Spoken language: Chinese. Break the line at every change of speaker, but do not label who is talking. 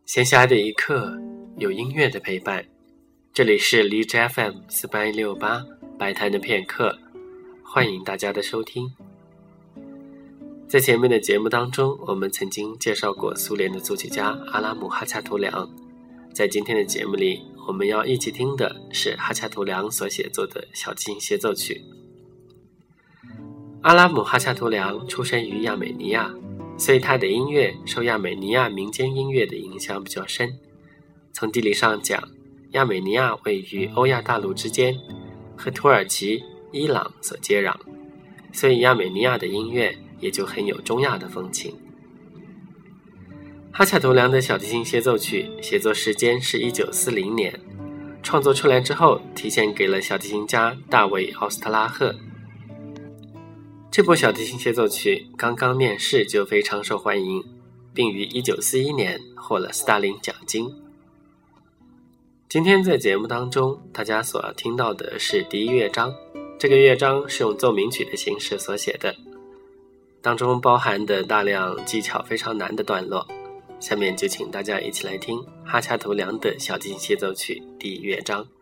闲暇的一刻，有音乐的陪伴。这里是荔枝 FM4868摆摊的片刻，欢迎大家的收听。在前面的节目当中，我们曾经介绍过苏联的作曲家阿拉姆哈恰图良。在今天的节目里，我们要一起听的是哈恰图良所写作的小提琴协奏曲。阿拉姆哈恰图良出生于亚美尼亚，所以他的音乐受亚美尼亚民间音乐的影响比较深。从地理上讲，亚美尼亚位于欧亚大陆之间，和土耳其、伊朗所接壤，所以亚美尼亚的音乐也就很有中亚的风情。哈恰图良的小提琴协奏曲写作时间是1940年，创作出来之后提献给了小提琴家大卫·奥斯特拉赫。这部小提琴协奏曲刚刚面世就非常受欢迎，并于1941年获了斯大林奖金。今天在节目当中，大家所要听到的是第一乐章，这个乐章是用奏鸣曲的形式所写的，当中包含的大量技巧非常难的段落。下面就请大家一起来听哈恰图良的小提琴协奏曲第一乐章。